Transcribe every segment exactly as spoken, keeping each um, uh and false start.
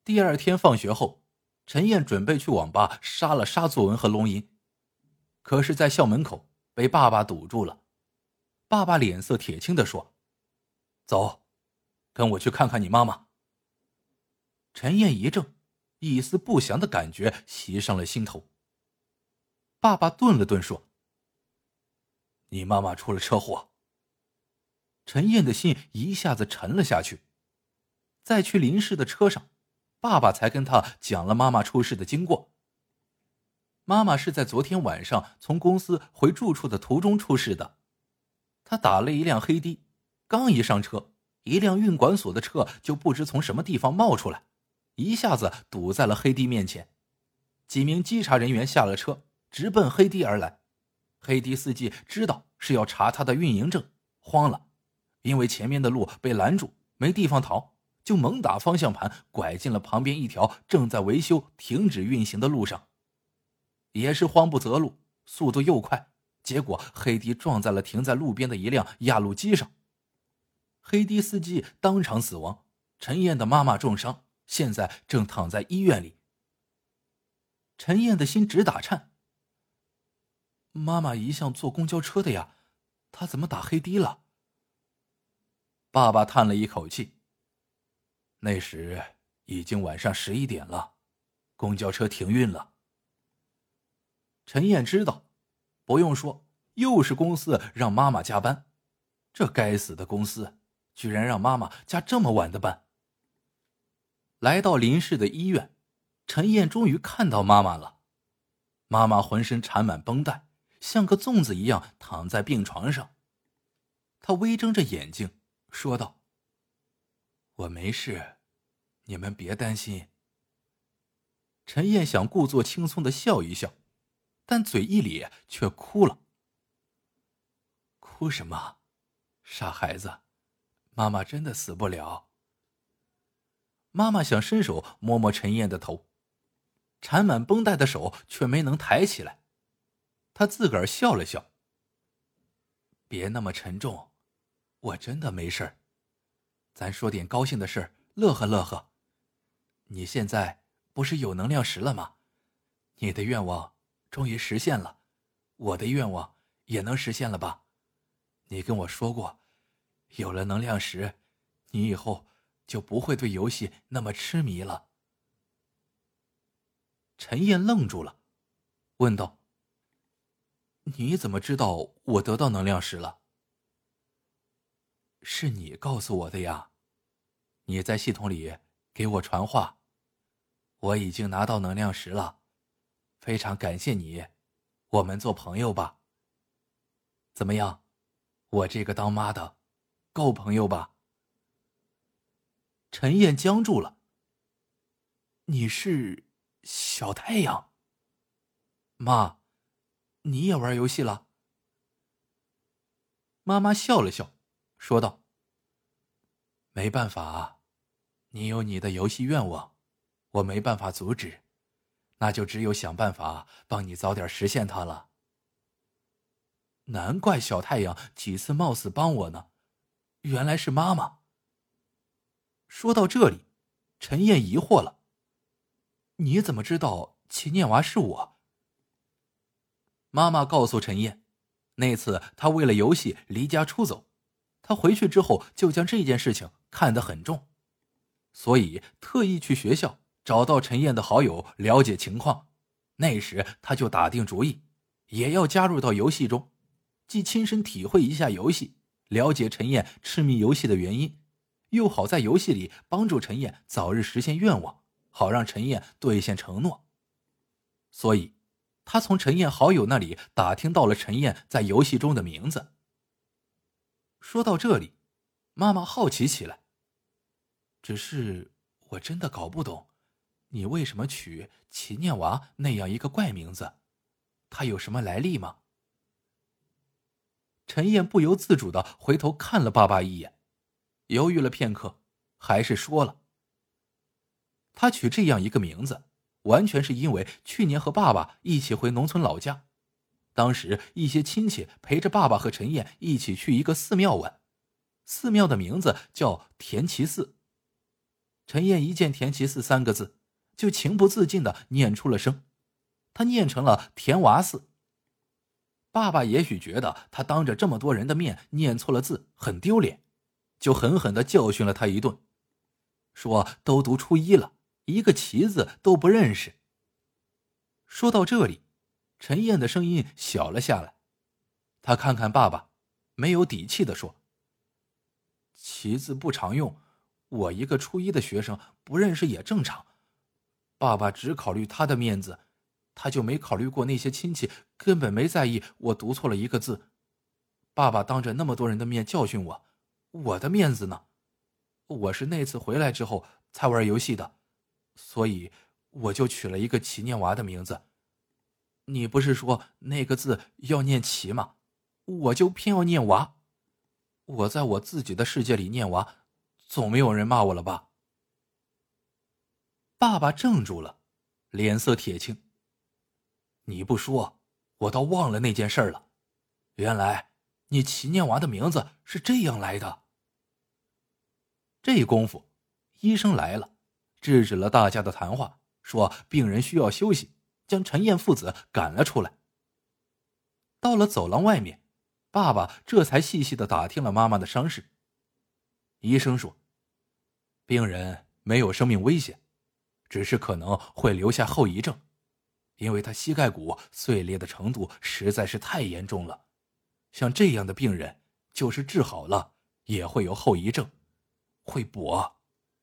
第二天放学后，陈燕准备去网吧杀了沙作文和龙吟，可是在校门口被爸爸堵住了。爸爸脸色铁青地说：走，跟我去看看你妈妈。陈燕一怔，一丝不祥的感觉袭上了心头。爸爸顿了顿说：你妈妈出了车祸。陈燕的心一下子沉了下去。在去临市的车上，爸爸才跟他讲了妈妈出事的经过。妈妈是在昨天晚上从公司回住处的途中出事的。她打了一辆黑的，刚一上车，一辆运管所的车就不知从什么地方冒出来，一下子堵在了黑的面前。几名稽查人员下了车，直奔黑的而来。黑的司机知道是要查他的运营证，慌了，因为前面的路被拦住，没地方逃，就猛打方向盘，拐进了旁边一条正在维修停止运行的路上。也是慌不择路，速度又快，结果黑的撞在了停在路边的一辆压路机上。黑的司机当场死亡，陈燕的妈妈重伤，现在正躺在医院里。陈燕的心直打颤。妈妈一向坐公交车的呀，她怎么打黑的了？爸爸叹了一口气。那时已经晚上十一点了，公交车停运了。陈燕知道，不用说，又是公司让妈妈加班。这该死的公司居然让妈妈加这么晚的班。来到临市的医院，陈燕终于看到妈妈了。妈妈浑身缠满绷带，像个粽子一样躺在病床上。她微睁着眼睛说道：我没事，你们别担心。陈燕想故作轻松地笑一笑，但嘴一咧却哭了。哭什么？傻孩子，妈妈真的死不了。妈妈想伸手摸摸陈燕的头，缠满绷带的手却没能抬起来。她自个儿笑了笑：别那么沉重，我真的没事儿。咱说点高兴的事儿，乐呵乐呵。你现在不是有能量石了吗？你的愿望终于实现了，我的愿望也能实现了吧？你跟我说过，有了能量石，你以后就不会对游戏那么痴迷了。陈燕愣住了，问道：你怎么知道我得到能量石了？是你告诉我的呀，你在系统里给我传话，我已经拿到能量石了，非常感谢你，我们做朋友吧。怎么样，我这个当妈的够朋友吧？陈燕僵住了。你是小太阳？妈，你也玩游戏了？妈妈笑了笑说道：没办法，你有你的游戏愿望，我没办法阻止，那就只有想办法帮你早点实现它了。难怪小太阳几次冒死帮我呢，原来是妈妈。说到这里，陈燕疑惑了：你怎么知道齐念娃是我？妈妈告诉陈燕，那次她为了游戏离家出走，她回去之后就将这件事情看得很重，所以特意去学校找到陈燕的好友了解情况。那时她就打定主意，也要加入到游戏中，既亲身体会一下游戏，了解陈燕痴迷游戏的原因，又好在游戏里帮助陈燕早日实现愿望，好让陈燕兑现承诺。所以他从陈燕好友那里打听到了陈燕在游戏中的名字。说到这里，妈妈好奇起来：只是我真的搞不懂，你为什么取齐念娃那样一个怪名字？他有什么来历吗？陈燕不由自主地回头看了爸爸一眼，犹豫了片刻，还是说了：他取这样一个名字，完全是因为去年和爸爸一起回农村老家，当时一些亲戚陪着爸爸和陈燕一起去一个寺庙玩，寺庙的名字叫田岐寺。 陈燕一见田七四三个字，就情不自禁地念出了声，他念成了田娃四。爸爸也许觉得他当着这么多人的面念错了字很丢脸，就狠狠地教训了他一顿，说都读初一了，一个旗字都不认识。说到这里，陈燕的声音小了下来，他看看爸爸，没有底气地说：旗字不常用，我一个初一的学生不认识也正常，爸爸只考虑他的面子，他就没考虑过那些亲戚根本没在意我读错了一个字。爸爸当着那么多人的面教训我，我的面子呢？我是那次回来之后才玩游戏的，所以我就取了一个齐念娃的名字。你不是说那个字要念齐吗？我就偏要念娃。我在我自己的世界里念娃，总没有人骂我了吧？爸爸怔住了，脸色铁青。你不说，我倒忘了那件事了。原来你齐念娃的名字是这样来的。这功夫，医生来了，制止了大家的谈话，说病人需要休息，将陈燕父子赶了出来。到了走廊外面，爸爸这才细细地打听了妈妈的伤势。医生说，病人没有生命危险，只是可能会留下后遗症，因为他膝盖骨碎裂的程度实在是太严重了。像这样的病人，就是治好了也会有后遗症，会跛。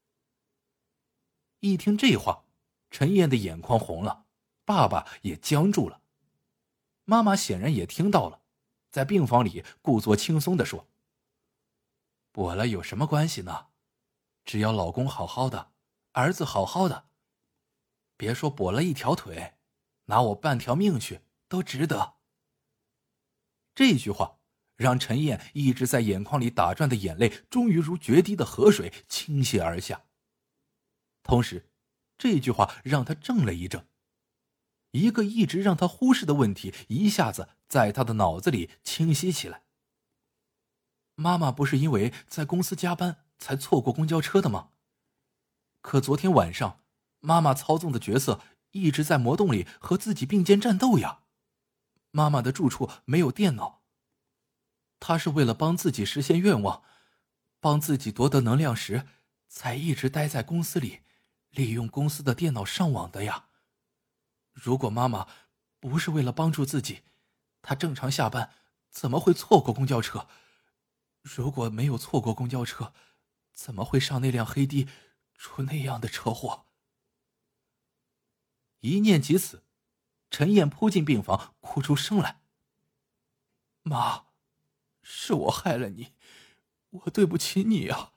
一听这话，陈燕的眼眶红了，爸爸也僵住了。妈妈显然也听到了，在病房里故作轻松地说：跛了有什么关系呢？只要老公好好的，儿子好好的，别说跛了一条腿，拿我半条命去都值得。这句话让陈燕一直在眼眶里打转的眼泪终于如决堤的河水倾泻而下。同时，这句话让他怔了一怔，一个一直让他忽视的问题一下子在他的脑子里清晰起来。妈妈不是因为在公司加班才错过公交车的吗？可昨天晚上妈妈操纵的角色一直在魔洞里和自己并肩战斗呀。妈妈的住处没有电脑，她是为了帮自己实现愿望，帮自己夺得能量石，才一直待在公司里，利用公司的电脑上网的呀。如果妈妈不是为了帮助自己，她正常下班怎么会错过公交车？如果没有错过公交车，怎么会上那辆黑的出那样的车祸？一念及此，陈燕扑进病房，哭出声来。妈，是我害了你，我对不起你啊。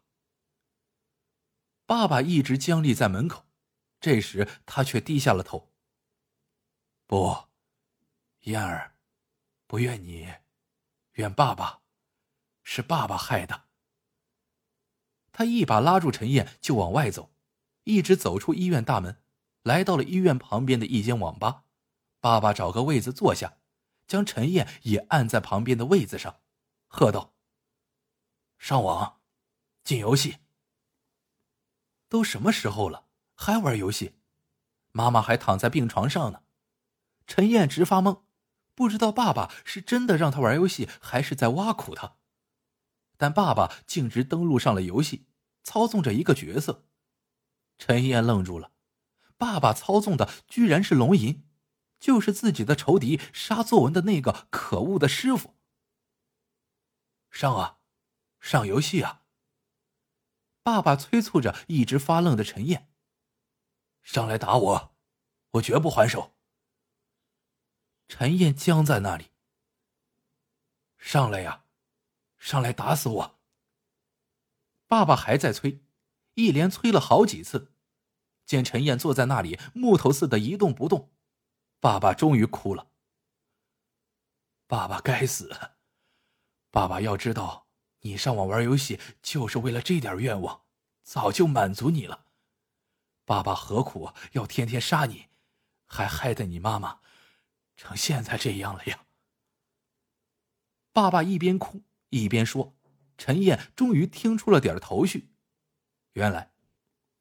爸爸一直僵立在门口，这时他却低下了头。不，燕儿，不怨你，怨爸爸，是爸爸害的。他一把拉住陈燕就往外走，一直走出医院大门，来到了医院旁边的一间网吧。爸爸找个位子坐下，将陈燕也按在旁边的位子上，喝道：上网，进游戏。都什么时候了，还玩游戏？妈妈还躺在病床上呢。陈燕直发懵，不知道爸爸是真的让他玩游戏，还是在挖苦他。但爸爸径直登录上了游戏，操纵着一个角色。陈燕愣住了，爸爸操纵的居然是龙吟，就是自己的仇敌杀作文的那个可恶的师傅。上啊，上游戏啊！爸爸催促着一直发愣的陈燕。上来打我，我绝不还手。陈燕僵在那里。上来呀，上来打死我！爸爸还在催，一连催了好几次。见陈燕坐在那里木头似的一动不动，爸爸终于哭了。爸爸该死！爸爸要知道你上网玩游戏就是为了这点愿望，早就满足你了。爸爸何苦要天天杀你，还害得你妈妈成现在这样了呀？爸爸一边哭一边说，陈燕终于听出了点头绪。原来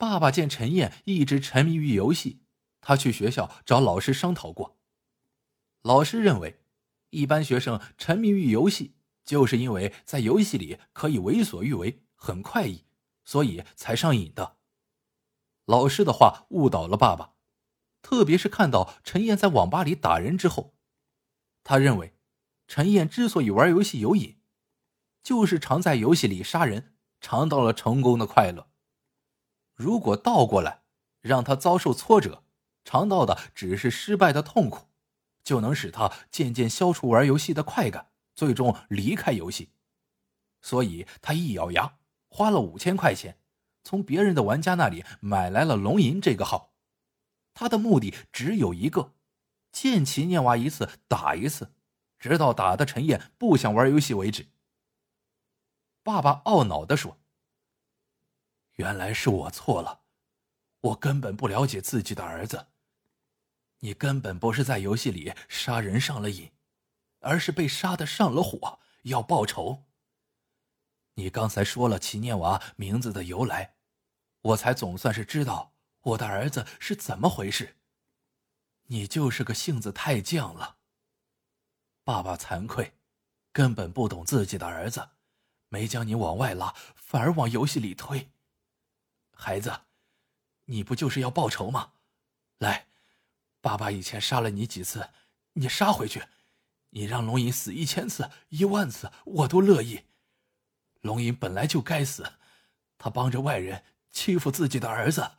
爸爸见陈燕一直沉迷于游戏，他去学校找老师商讨过。老师认为，一般学生沉迷于游戏，就是因为在游戏里可以为所欲为，很快意，所以才上瘾的。老师的话误导了爸爸，特别是看到陈燕在网吧里打人之后，他认为陈燕之所以玩游戏有瘾，就是常在游戏里杀人，尝到了成功的快乐。如果倒过来，让他遭受挫折，尝到的只是失败的痛苦，就能使他渐渐消除玩游戏的快感，最终离开游戏。所以他一咬牙，花了五千块钱，从别人的玩家那里买来了龙吟这个号。他的目的只有一个，见齐念娃一次打一次，直到打得陈燕不想玩游戏为止。爸爸懊恼地说：原来是我错了，我根本不了解自己的儿子。你根本不是在游戏里杀人上了瘾，而是被杀得上了火，要报仇。你刚才说了齐念娃名字的由来，我才总算是知道我的儿子是怎么回事。你就是个性子太犟了。爸爸惭愧，根本不懂自己的儿子，没将你往外拉，反而往游戏里推。孩子，你不就是要报仇吗？来，爸爸以前杀了你几次，你杀回去。你让龙吟死一千次、一万次，我都乐意。龙吟本来就该死，他帮着外人欺负自己的儿子。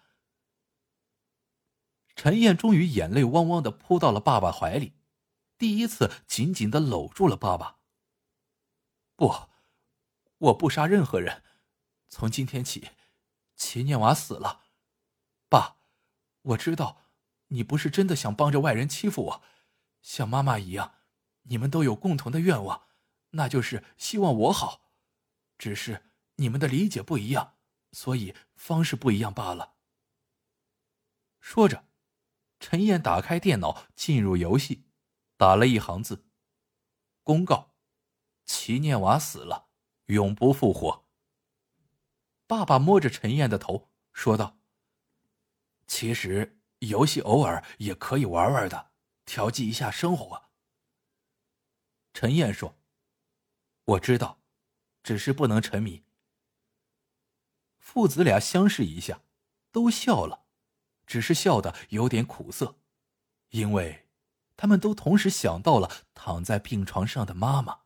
陈燕终于眼泪汪汪地扑到了爸爸怀里，第一次紧紧地搂住了爸爸。不，我不杀任何人。从今天起，齐念娃死了。爸，我知道你不是真的想帮着外人欺负我，像妈妈一样，你们都有共同的愿望，那就是希望我好。只是你们的理解不一样，所以方式不一样罢了。说着，陈燕打开电脑，进入游戏，打了一行字：公告，齐念娃死了，永不复活。爸爸摸着陈燕的头说道：其实游戏偶尔也可以玩玩的，调剂一下生活。陈燕说：我知道，只是不能沉迷。父子俩相视一下，都笑了，只是笑得有点苦涩，因为他们都同时想到了躺在病床上的妈妈。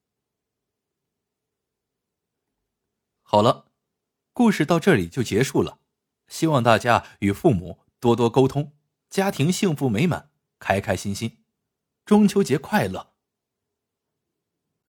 好了，故事到这里就结束了，希望大家与父母多多沟通，家庭幸福美满，开开心心，中秋节快乐。